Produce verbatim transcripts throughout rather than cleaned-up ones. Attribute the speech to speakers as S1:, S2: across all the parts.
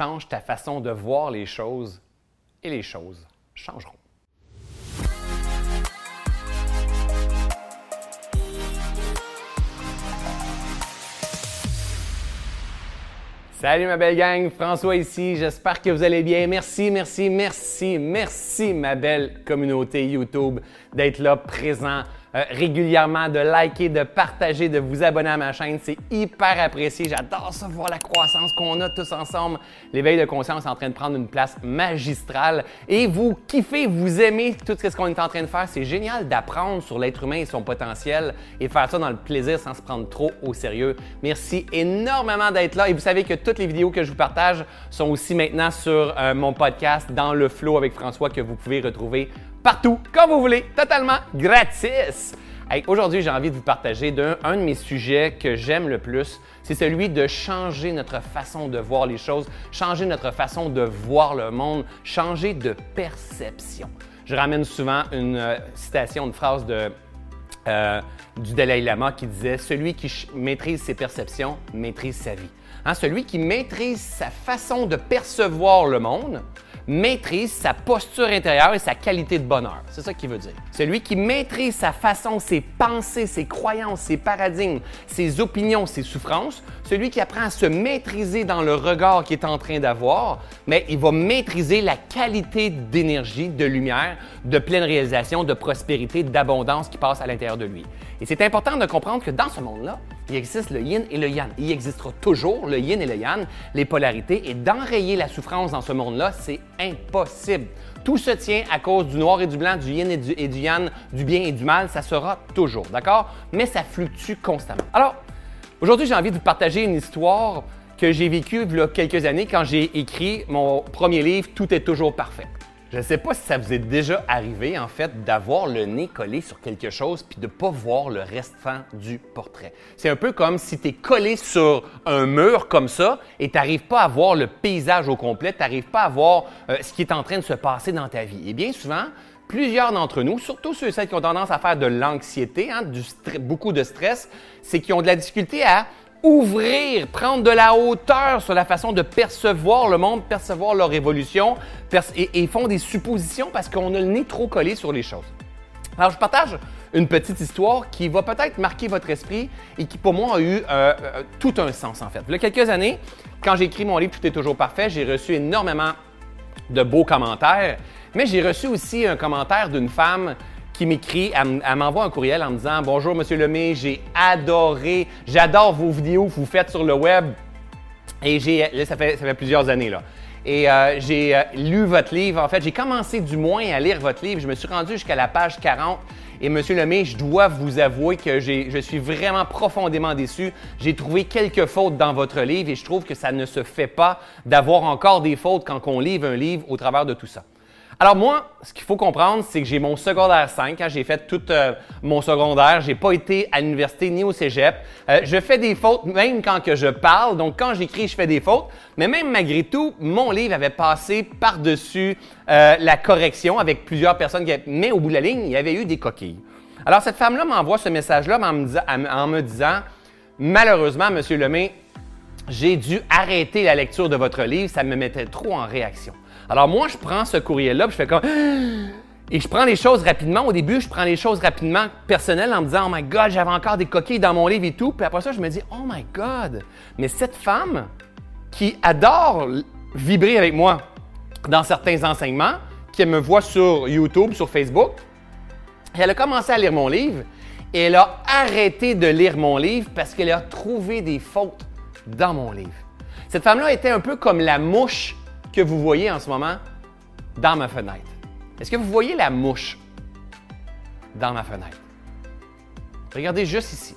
S1: change ta façon de voir les choses et les choses changeront. Salut ma belle gang, François ici, j'espère que vous allez bien. Merci, merci, merci, merci ma belle communauté YouTube d'être là, présent euh, régulièrement, de liker, de partager, de vous abonner à ma chaîne. C'est hyper apprécié, j'adore ça, voir la croissance qu'on a tous ensemble. L'éveil de conscience est en train de prendre une place magistrale et vous kiffez, vous aimez tout ce qu'on est en train de faire. C'est génial d'apprendre sur l'être humain et son potentiel et faire ça dans le plaisir sans se prendre trop au sérieux. Merci énormément d'être là et vous savez que toutes les vidéos que je vous partage sont aussi maintenant sur euh, mon podcast Dans le Flow avec François que vous pouvez retrouver partout, quand vous voulez, totalement gratis. Hey, aujourd'hui, j'ai envie de vous partager d'un un de mes sujets que j'aime le plus. C'est celui de changer notre façon de voir les choses, changer notre façon de voir le monde, changer de perception. Je ramène souvent une euh, citation, une phrase de, euh, du Dalai Lama qui disait « Celui qui maîtrise ses perceptions maîtrise sa vie ». Hein, celui qui maîtrise sa façon de percevoir le monde maîtrise sa posture intérieure et sa qualité de bonheur. C'est ça qu'il veut dire. Celui qui maîtrise sa façon, ses pensées, ses croyances, ses paradigmes, ses opinions, ses souffrances, celui qui apprend à se maîtriser dans le regard qu'il est en train d'avoir, mais il va maîtriser la qualité d'énergie, de lumière, de pleine réalisation, de prospérité, d'abondance qui passe à l'intérieur de lui. Et c'est important de comprendre que dans ce monde-là, il existe le yin et le yang. Il existera toujours le yin et le yang, les polarités, et d'enrayer la souffrance dans ce monde-là, c'est impossible. Tout se tient à cause du noir et du blanc, du yin et du, et du yang, du bien et du mal, ça sera toujours, d'accord? Mais ça fluctue constamment. Alors, aujourd'hui, j'ai envie de vous partager une histoire que j'ai vécue il y a quelques années quand j'ai écrit mon premier livre « Tout est toujours parfait ». Je ne sais pas si ça vous est déjà arrivé, en fait, d'avoir le nez collé sur quelque chose puis de ne pas voir le restant du portrait. C'est un peu comme si tu es collé sur un mur comme ça et tu n'arrives pas à voir le paysage au complet, tu n'arrives pas à voir euh, ce qui est en train de se passer dans ta vie. Et bien souvent, plusieurs d'entre nous, surtout ceux et celles qui ont tendance à faire de l'anxiété, hein, du beaucoup de stress, c'est qu'ils ont de la difficulté à ouvrir, prendre de la hauteur sur la façon de percevoir le monde, percevoir leur évolution et, et font des suppositions parce qu'on a le nez trop collé sur les choses. Alors, je partage une petite histoire qui va peut-être marquer votre esprit et qui, pour moi, a eu euh, euh, tout un sens, en fait. Il y a quelques années, quand j'ai écrit mon livre « Tout est toujours parfait », j'ai reçu énormément de beaux commentaires, mais j'ai reçu aussi un commentaire d'une femme qui m'écrit, elle, elle m'envoie un courriel en me disant « Bonjour, Monsieur Lemay, j'ai adoré, j'adore vos vidéos que vous faites sur le web. » Et j'ai, là, ça fait, ça fait plusieurs années, là. Et euh, j'ai euh, lu votre livre. En fait, j'ai commencé du moins à lire votre livre. Je me suis rendu jusqu'à la page quarante. Et Monsieur Lemay, je dois vous avouer que j'ai, je suis vraiment profondément déçu. J'ai trouvé quelques fautes dans votre livre et je trouve que ça ne se fait pas d'avoir encore des fautes quand on livre un livre au travers de tout ça. Alors moi, ce qu'il faut comprendre, c'est que j'ai mon secondaire cinq, quand j'ai fait tout euh, mon secondaire, j'ai pas été à l'université ni au cégep. Euh, je fais des fautes même quand que je parle, donc quand j'écris, je fais des fautes. Mais même malgré tout, mon livre avait passé par-dessus euh, la correction avec plusieurs personnes qui avaient... Mais au bout de la ligne, il y avait eu des coquilles. Alors cette femme-là m'envoie ce message-là en me, disant, en me disant « Malheureusement, Monsieur Lemay, j'ai dû arrêter la lecture de votre livre, ça me mettait trop en réaction. » Alors moi, je prends ce courriel-là, puis je fais comme... Et je prends les choses rapidement. Au début, je prends les choses rapidement personnelles en me disant « Oh my God, j'avais encore des coquilles dans mon livre et tout. » Puis après ça, je me dis « Oh my God, mais cette femme qui adore vibrer avec moi dans certains enseignements, qui me voit sur YouTube, sur Facebook, elle a commencé à lire mon livre et elle a arrêté de lire mon livre parce qu'elle a trouvé des fautes dans mon livre. Cette femme-là était un peu comme la mouche que vous voyez en ce moment dans ma fenêtre. Est-ce que vous voyez la mouche dans ma fenêtre? Regardez juste ici.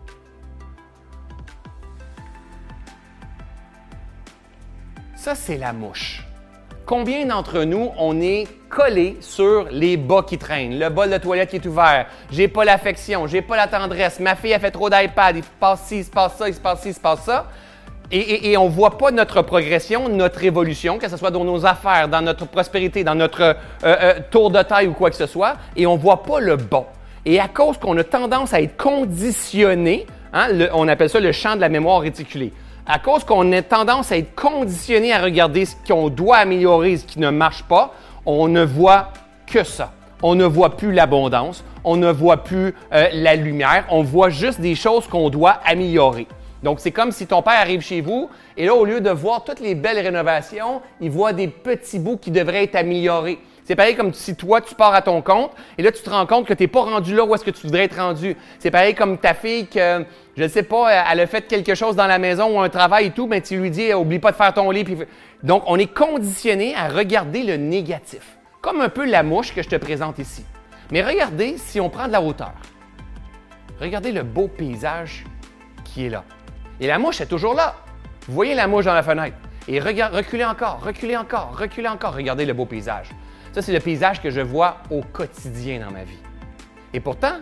S1: Ça, c'est la mouche. Combien d'entre nous, on est collé sur les bas qui traînent, le bol de toilette qui est ouvert, j'ai pas l'affection, j'ai pas la tendresse, ma fille a fait trop d'iPad, il se passe ci, il se passe ça, il se passe ci, il se passe ça. Et, et, et on ne voit pas notre progression, notre évolution, que ce soit dans nos affaires, dans notre prospérité, dans notre euh, euh, tour de taille ou quoi que ce soit, et on ne voit pas le bon. Et à cause qu'on a tendance à être conditionné, hein, le, on appelle ça le champ de la mémoire réticulée, à cause qu'on a tendance à être conditionné à regarder ce qu'on doit améliorer, ce qui ne marche pas, on ne voit que ça. On ne voit plus l'abondance, on ne voit plus euh, la lumière, on voit juste des choses qu'on doit améliorer. Donc, c'est comme si ton père arrive chez vous et là, au lieu de voir toutes les belles rénovations, il voit des petits bouts qui devraient être améliorés. C'est pareil comme si toi, tu pars à ton compte et là, tu te rends compte que tu n'es pas rendu là où est-ce que tu voudrais être rendu. C'est pareil comme ta fille que, je ne sais pas, elle a fait quelque chose dans la maison ou un travail et tout, mais tu lui dis, oublie pas de faire ton lit. Puis... Donc, on est conditionné à regarder le négatif, comme un peu la mouche que je te présente ici. Mais regardez si on prend de la hauteur. Regardez le beau paysage qui est là. Et la mouche est toujours là. Vous voyez la mouche dans la fenêtre. Et regard, reculez encore, reculez encore, reculez encore. Regardez le beau paysage. Ça, c'est le paysage que je vois au quotidien dans ma vie. Et pourtant,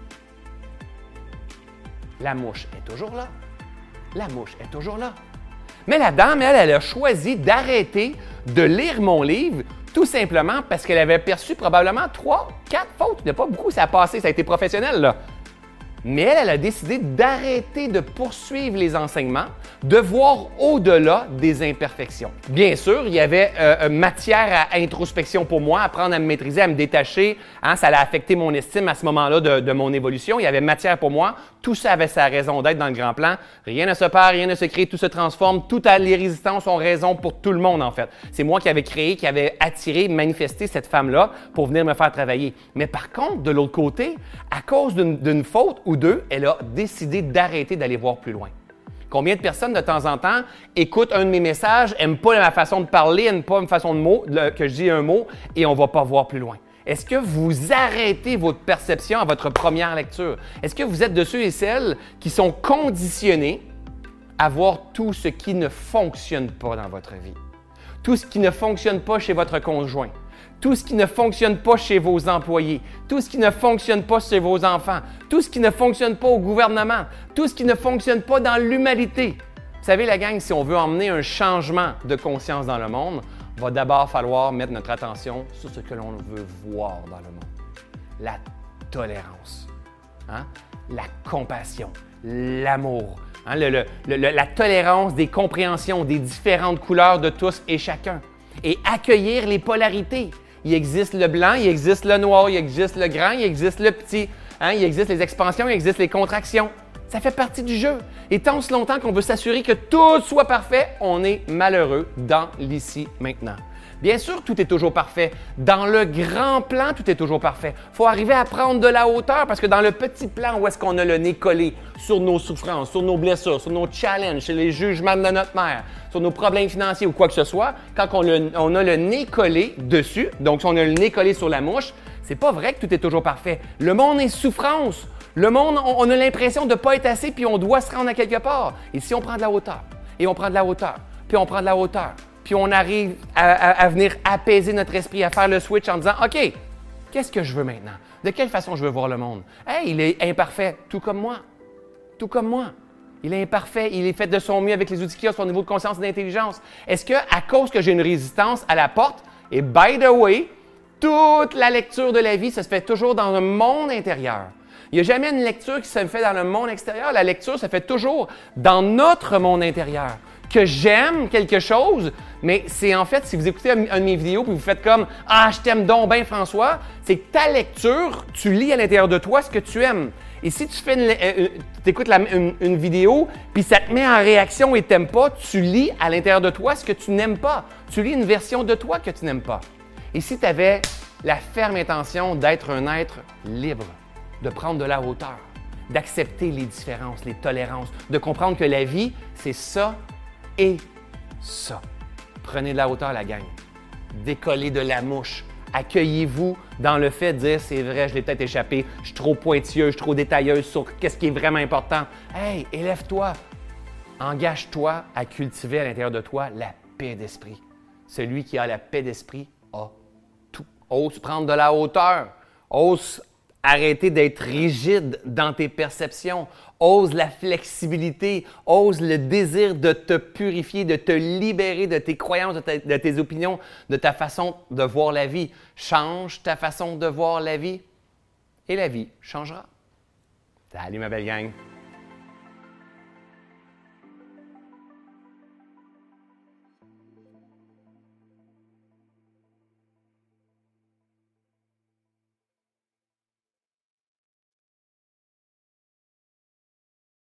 S1: la mouche est toujours là. La mouche est toujours là. Mais la dame, elle, elle a choisi d'arrêter de lire mon livre tout simplement parce qu'elle avait perçu probablement trois, quatre fautes. Il n'y a pas beaucoup, ça a passé, ça a été professionnel, là. Mais elle, elle a décidé d'arrêter de poursuivre les enseignements, de voir au-delà des imperfections. Bien sûr, il y avait euh, matière à introspection pour moi, apprendre à me maîtriser, à me détacher. Hein, ça a affecté mon estime à ce moment-là de, de mon évolution. Il y avait matière pour moi. Tout ça avait sa raison d'être dans le grand plan. Rien ne se perd, rien ne se crée, tout se transforme. Toutes les résistances ont raison pour tout le monde, en fait. C'est moi qui avais créé, qui avais attiré, manifesté cette femme-là pour venir me faire travailler. Mais par contre, de l'autre côté, à cause d'une faute ou deux, elle a décidé d'arrêter d'aller voir plus loin. Combien de personnes, de temps en temps, écoutent un de mes messages, n'aiment pas ma façon de parler, n'aiment pas ma façon de mot, que je dis un mot, et on ne va pas voir plus loin. Est-ce que vous arrêtez votre perception à votre première lecture? Est-ce que vous êtes de ceux et celles qui sont conditionnés à voir tout ce qui ne fonctionne pas dans votre vie? Tout ce qui ne fonctionne pas chez votre conjoint, tout ce qui ne fonctionne pas chez vos employés, tout ce qui ne fonctionne pas chez vos enfants, tout ce qui ne fonctionne pas au gouvernement, tout ce qui ne fonctionne pas dans l'humanité. Vous savez, la gang, si on veut emmener un changement de conscience dans le monde, il va d'abord falloir mettre notre attention sur ce que l'on veut voir dans le monde. La tolérance, hein? La compassion, l'amour, hein? le, le, le, la tolérance des compréhensions, des différentes couleurs de tous et chacun. Et accueillir les polarités. Il existe le blanc, il existe le noir, il existe le grand, il existe le petit. Hein? Il existe les expansions, il existe les contractions. Ça fait partie du jeu. Et tant aussi longtemps qu'on veut s'assurer que tout soit parfait, on est malheureux dans l'ici maintenant. Bien sûr, tout est toujours parfait. Dans le grand plan, tout est toujours parfait. Il faut arriver à prendre de la hauteur parce que dans le petit plan où est-ce qu'on a le nez collé sur nos souffrances, sur nos blessures, sur nos challenges, sur les jugements de notre mère, sur nos problèmes financiers ou quoi que ce soit, quand on, le, on a le nez collé dessus, donc si on a le nez collé sur la mouche, c'est pas vrai que tout est toujours parfait. Le monde est souffrance. Le monde, on, on a l'impression de ne pas être assez puis on doit se rendre à quelque part. Et si on prend de la hauteur, et on prend de la hauteur, puis on prend de la hauteur, puis on arrive à, à, à venir apaiser notre esprit, à faire le switch en disant « OK, qu'est-ce que je veux maintenant? De quelle façon je veux voir le monde? Hey, il est imparfait, tout comme moi. Tout comme moi. Il est imparfait, il est fait de son mieux avec les outils qu'il a, son niveau de conscience et d'intelligence. Est-ce qu'à cause que j'ai une résistance à la porte, et by the way, toute la lecture de la vie, ça se fait toujours dans un monde intérieur. Il n'y a jamais une lecture qui se fait dans le monde extérieur. La lecture se fait toujours dans notre monde intérieur. Que j'aime quelque chose, mais c'est en fait, si vous écoutez un, un de mes vidéos et vous faites comme « Ah, je t'aime donc bien, François », c'est que ta lecture, tu lis à l'intérieur de toi ce que tu aimes. Et si tu fais une, euh, écoutes la, une, une vidéo, puis ça te met en réaction et tu n'aimes pas, tu lis à l'intérieur de toi ce que tu n'aimes pas. Tu lis une version de toi que tu n'aimes pas. Et si tu avais la ferme intention d'être un être libre, de prendre de la hauteur, d'accepter les différences, les tolérances, de comprendre que la vie, c'est ça et ça. Prenez de la hauteur, la gang. Décollez de la mouche. Accueillez-vous dans le fait de dire « c'est vrai, je l'ai peut-être échappé, je suis trop pointilleuse, je suis trop détailleuse sur qu'est-ce qui est vraiment important. » Hey, élève-toi. Engage-toi à cultiver à l'intérieur de toi la paix d'esprit. Celui qui a la paix d'esprit a tout. Ose prendre de la hauteur. Ose arrêter d'être rigide dans tes perceptions. Ose la flexibilité. Ose le désir de te purifier, de te libérer de tes croyances, de, ta, de tes opinions, de ta façon de voir la vie. Change ta façon de voir la vie et la vie changera. Salut ma belle gang!